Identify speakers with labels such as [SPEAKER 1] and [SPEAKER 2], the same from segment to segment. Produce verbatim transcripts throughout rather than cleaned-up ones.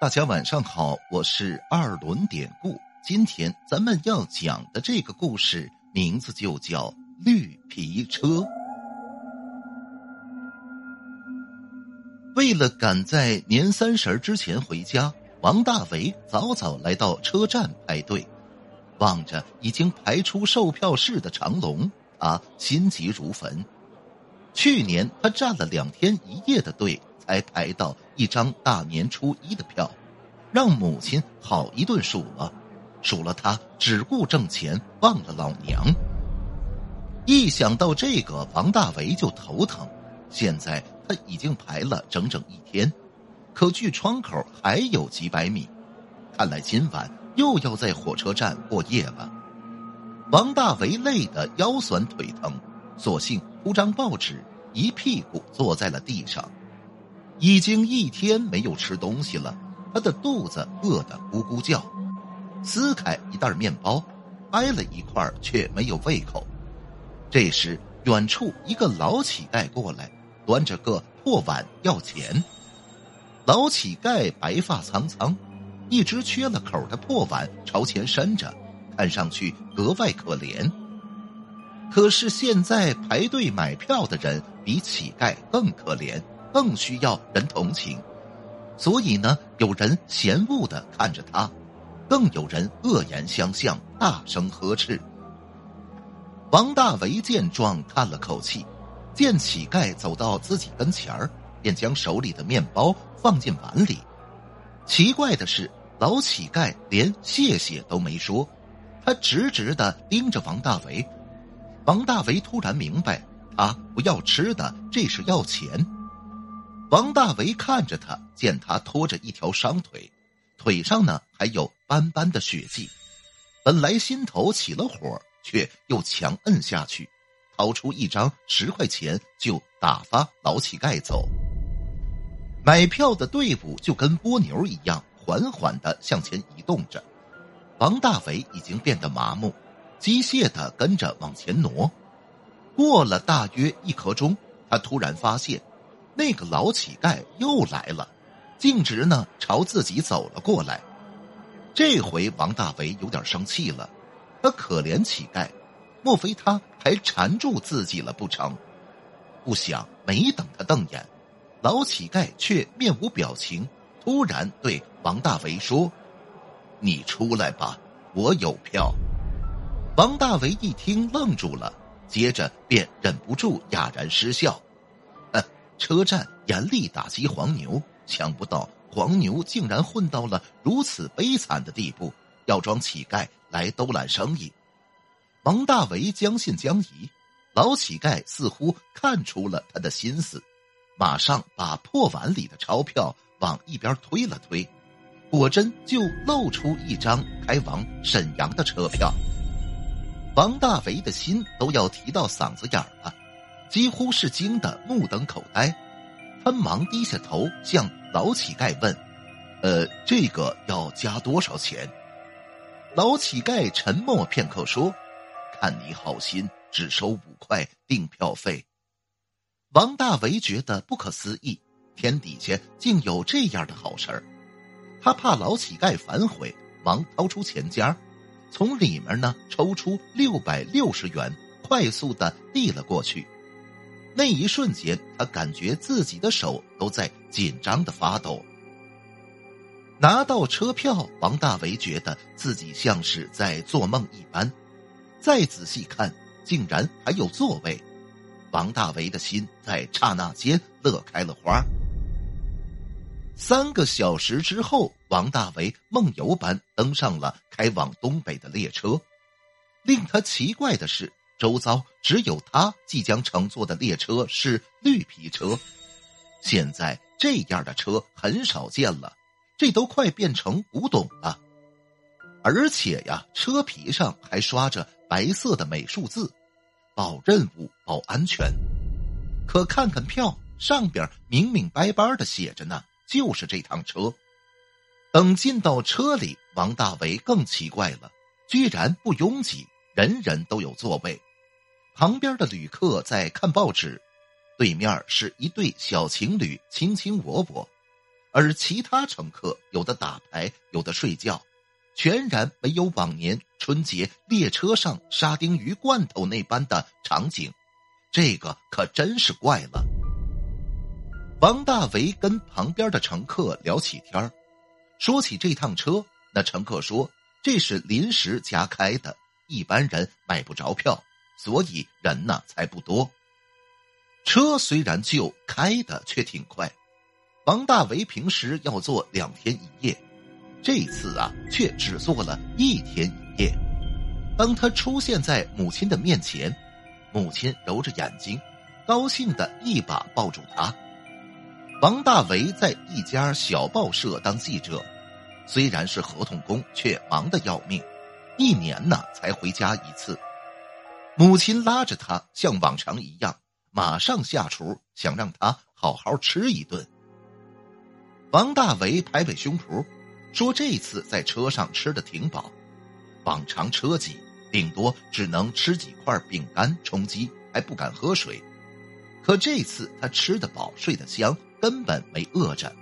[SPEAKER 1] 大家晚上好，我是二轮典故。今天咱们要讲的这个故事名字就叫绿皮车。为了赶在年三十之前回家，王大为早早来到车站排队。望着已经排出售票室的长龙，他心急如焚。去年他站了两天一夜的队，才排到一张大年初一的票，让母亲好一顿数了，数了他只顾挣钱，忘了老娘。一想到这个，王大为就头疼。现在他已经排了整整一天，可距窗口还有几百米，看来今晚又要在火车站过夜了。王大为累得腰酸腿疼，索性铺张报纸，一屁股坐在了地上。已经一天没有吃东西了，他的肚子饿得咕咕叫。撕开一袋面包，掰了一块却没有胃口。这时远处一个老乞丐过来，端着个破碗要钱。老乞丐白发苍苍，一只缺了口的破碗朝前伸着，看上去格外可怜。可是现在排队买票的人比乞丐更可怜，更需要人同情。所以呢，有人嫌恶地看着他，更有人恶言相向，大声呵斥。王大为见状叹了口气，见乞丐走到自己跟前儿，便将手里的面包放进碗里。奇怪的是，老乞丐连谢谢都没说，他直直地盯着王大为。王大为突然明白，他不要吃的，这是要钱。王大为看着他，见他拖着一条伤腿，腿上呢还有斑斑的血迹，本来心头起了火，却又强摁下去，掏出一张十块钱就打发老乞丐走。买票的队伍就跟蜗牛一样缓缓地向前移动着，王大为已经变得麻木，机械地跟着往前挪。过了大约一刻钟，他突然发现那个老乞丐又来了，径直呢朝自己走了过来。这回王大为有点生气了，他可怜乞丐，莫非他还缠住自己了不成？不想没等他瞪眼，老乞丐却面无表情，突然对王大为说：你出来吧，我有票。王大为一听愣住了，接着便忍不住哑然失笑。呃，车站严厉打击黄牛，想不到黄牛竟然混到了如此悲惨的地步，要装乞丐来兜揽生意。王大为将信将疑，老乞丐似乎看出了他的心思，马上把破碗里的钞票往一边推了推，果真就露出一张开往沈阳的车票。王大为的心都要提到嗓子眼了，几乎是惊得目瞪口呆。他忙低下头向老乞丐问：呃，这个要加多少钱？老乞丐沉默片刻说：看你好心，只收五块订票费。王大为觉得不可思议，天底下竟有这样的好事儿。他怕老乞丐反悔，忙掏出钱夹，从里面呢抽出六百六十元，快速地递了过去。那一瞬间，他感觉自己的手都在紧张地发抖。拿到车票，王大为觉得自己像是在做梦一般，再仔细看，竟然还有座位。王大为的心在刹那间乐开了花。三个小时之后，王大为梦游般登上了开往东北的列车。令他奇怪的是，周遭只有他即将乘坐的列车是绿皮车。现在这样的车很少见了，这都快变成古董了。而且呀，车皮上还刷着白色的美术字，保任务保安全。可看看票，上边明明白白的写着呢，就是这趟车。等进到车里，王大为更奇怪了，居然不拥挤，人人都有座位。旁边的旅客在看报纸，对面是一对小情侣卿卿我我。 而其他乘客有的打牌，有的睡觉，全然没有往年春节列车上沙丁鱼罐头那般的场景，这个可真是怪了。王大为跟旁边的乘客聊起天，说起这趟车，那乘客说这是临时加开的，一般人买不着票，所以人呢才不多。车虽然旧，开的却挺快。王大为平时要坐两天一夜，这次啊却只坐了一天一夜。当他出现在母亲的面前，母亲揉着眼睛，高兴地一把抱住他。王大为在一家小报社当记者，虽然是合同工，却忙得要命，一年呢才回家一次。母亲拉着他像往常一样，马上下厨，想让他好好吃一顿。王大为拍拍胸脯，说这次在车上吃的挺饱，往常车挤顶多只能吃几块饼干充饥，还不敢喝水。可这次他吃得饱，睡得香，根本没饿着。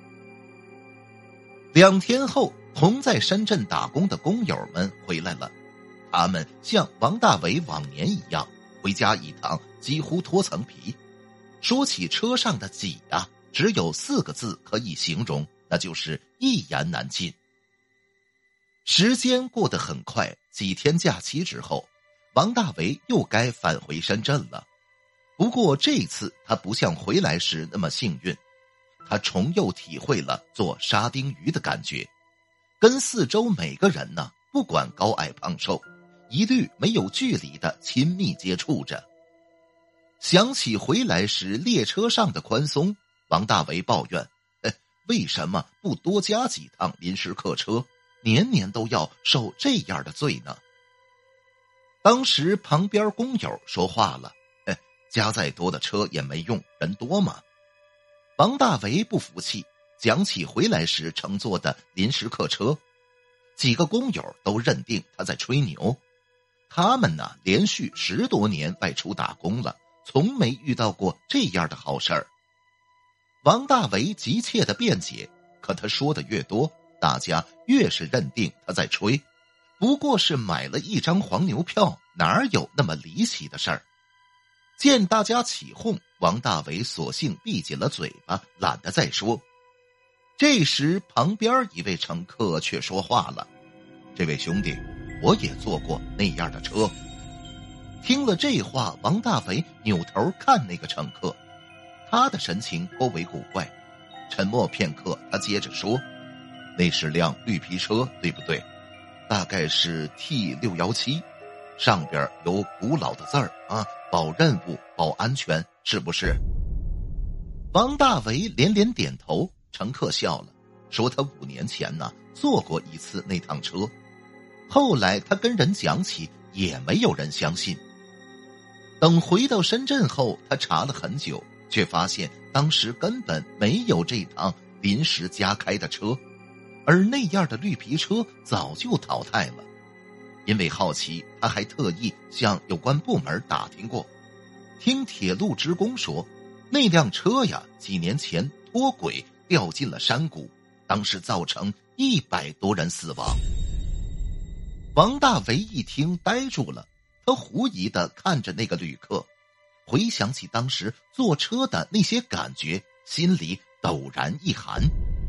[SPEAKER 1] 两天后，同在深圳打工的工友们回来了，他们像王大为往年一样，回家一趟几乎脱层皮。说起车上的挤啊，只有四个字可以形容，那就是一言难尽。时间过得很快，几天假期之后，王大为又该返回深圳了。不过这次他不像回来时那么幸运，他重又体会了做沙丁鱼的感觉，跟四周每个人呢，不管高矮胖瘦，一律没有距离的亲密接触着。想起回来时列车上的宽松，王大为抱怨，哎，为什么不多加几趟临时客车，年年都要受这样的罪呢？当时旁边工友说话了，哎，加再多的车也没用，人多嘛。王大为不服气，讲起回来时乘坐的临时客车，几个工友都认定他在吹牛。他们呢，连续十多年外出打工了，从没遇到过这样的好事儿。王大为急切地辩解，可他说的越多，大家越是认定他在吹，不过是买了一张黄牛票，哪有那么离奇的事儿？见大家起哄，王大为索性闭紧了嘴巴，懒得再说。这时旁边一位乘客却说话了，这位兄弟，我也坐过那样的车。听了这话，王大为扭头看那个乘客，他的神情颇为古怪。沉默片刻，他接着说，那是辆绿皮车，对不对？大概是 T 六一七， 上边有古老的字儿啊，保任务保安全，是不是？王大为连连点头。乘客笑了，说他五年前呢坐过一次那趟车，后来他跟人讲起，也没有人相信。等回到深圳后，他查了很久，却发现当时根本没有这趟临时加开的车，而那样的绿皮车早就淘汰了。因为好奇，他还特意向有关部门打听过，听铁路职工说，那辆车呀几年前脱轨掉进了山谷，当时造成一百多人死亡。王大为一听呆住了，他狐疑地看着那个旅客，回想起当时坐车的那些感觉，心里陡然一寒。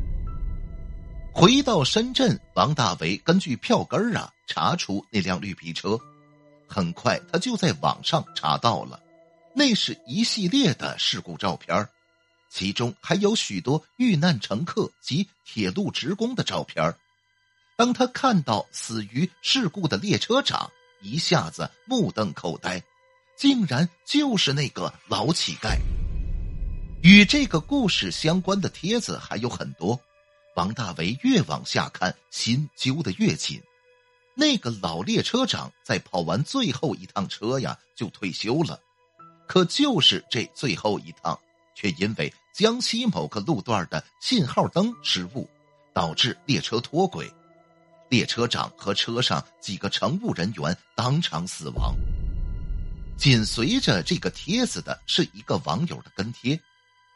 [SPEAKER 1] 回到深圳，王大为根据票根啊查出那辆绿皮车，很快他就在网上查到了，那是一系列的事故照片，其中还有许多遇难乘客及铁路职工的照片。当他看到死于事故的列车长，一下子目瞪口呆，竟然就是那个老乞丐。与这个故事相关的帖子还有很多，王大为越往下看，心揪得越紧。那个老列车长在跑完最后一趟车呀就退休了，可就是这最后一趟，却因为江西某个路段的信号灯失误，导致列车脱轨，列车长和车上几个乘务人员当场死亡。紧随着这个帖子的是一个网友的跟帖，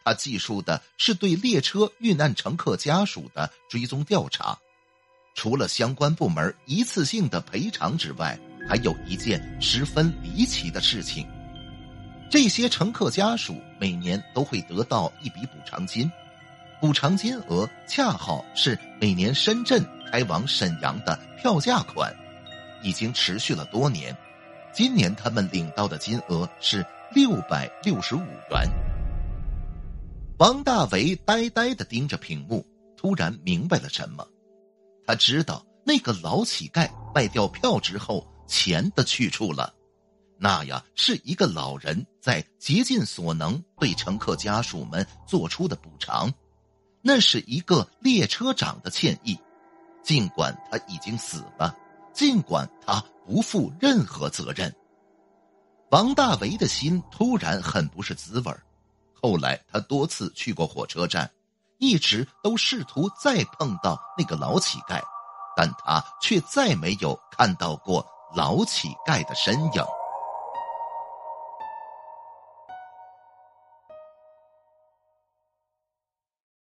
[SPEAKER 1] 他记述的是对列车遇难乘客家属的追踪调查。除了相关部门一次性的赔偿之外，还有一件十分离奇的事情。这些乘客家属每年都会得到一笔补偿金，补偿金额恰好是每年深圳开往沈阳的票价款，已经持续了多年。今年他们领到的金额是六百六十五元。王大为呆呆地盯着屏幕，突然明白了什么。他知道那个老乞丐卖掉票之后钱的去处了，那呀是一个老人在竭尽所能对乘客家属们做出的补偿，那是一个列车长的歉意。尽管他已经死了，尽管他不负任何责任。王大为的心突然很不是滋味。后来他多次去过火车站，一直都试图再碰到那个老乞丐，但他却再没有看到过老乞丐的身影。